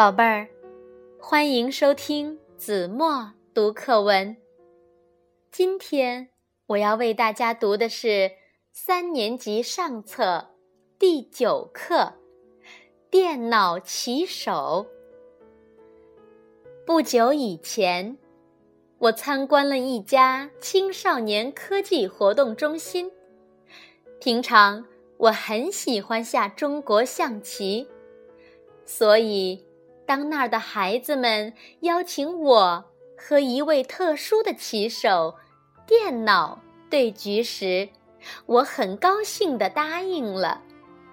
宝贝儿，欢迎收听子墨读课文。今天我要为大家读的是3年级上册第9课《电脑骑手》。不久以前，我参观了一家青少年科技活动中心。平常我很喜欢下中国象棋，所以当那儿的孩子们邀请我和一位特殊的棋手电脑对局时，我很高兴地答应了。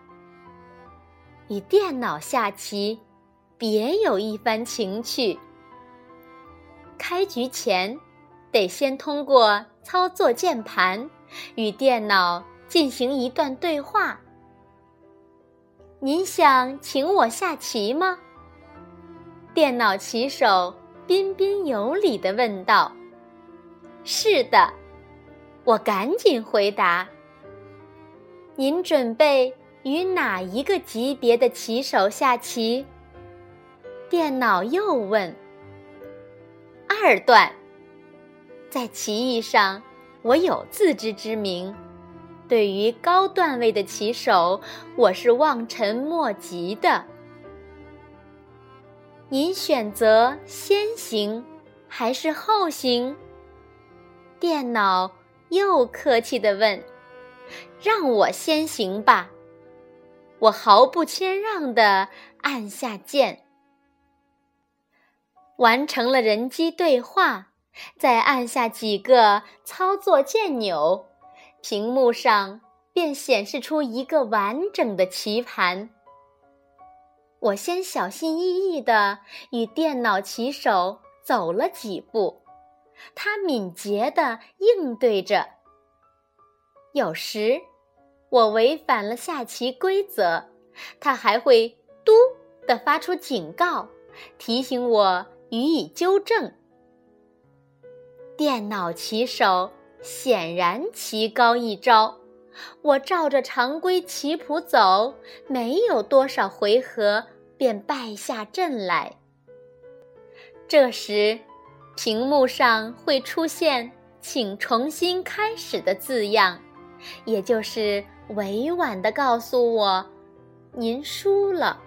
与电脑下棋别有一番情趣。开局前得先通过操作键盘与电脑进行一段对话。您想请我下棋吗？电脑棋手彬彬有礼地问道。是的，我赶紧回答。您准备与哪一个级别的棋手下棋？电脑又问。2段。在棋艺上，我有自知之明，对于高段位的棋手，我是望尘莫及的。您选择先行还是后行？电脑又客气地问。让我先行吧。我毫不谦让地按下键。完成了人机对话，再按下几个操作键钮，屏幕上便显示出一个完整的棋盘。我先小心翼翼地与电脑棋手走了几步，他敏捷地应对着。有时我违反了下棋规则，他还会嘟地发出警告，提醒我予以纠正。电脑棋手显然棋高一招，我照着常规棋谱走，没有多少回合便败下阵来。这时，屏幕上会出现“请重新开始”的字样，也就是委婉地告诉我，您输了。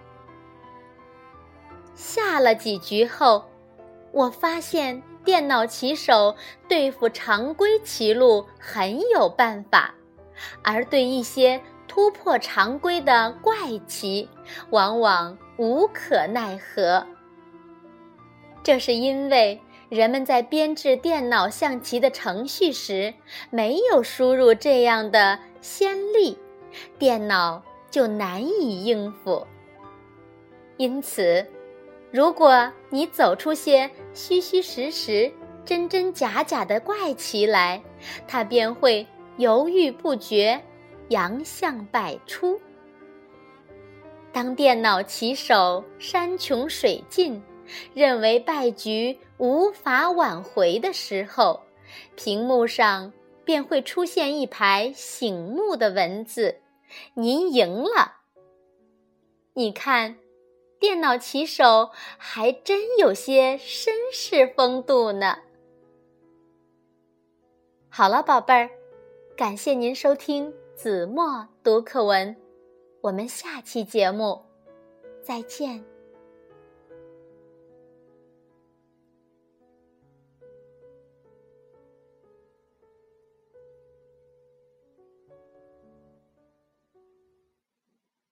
下了几局后，我发现电脑棋手对付常规棋路很有办法，而对一些突破常规的怪棋，往往无可奈何。这是因为人们在编制电脑象棋的程序时，没有输入这样的先例，电脑就难以应付。因此，如果你走出些虚虚实实、真真假假的怪棋来，它便会犹豫不决，洋相百出。当电脑棋手山穷水尽，认为败局无法挽回的时候，屏幕上便会出现一排醒目的文字：您赢了。你看，电脑棋手还真有些绅士风度呢。好了，宝贝儿，感谢您收听子墨读课文，我们下期节目再见。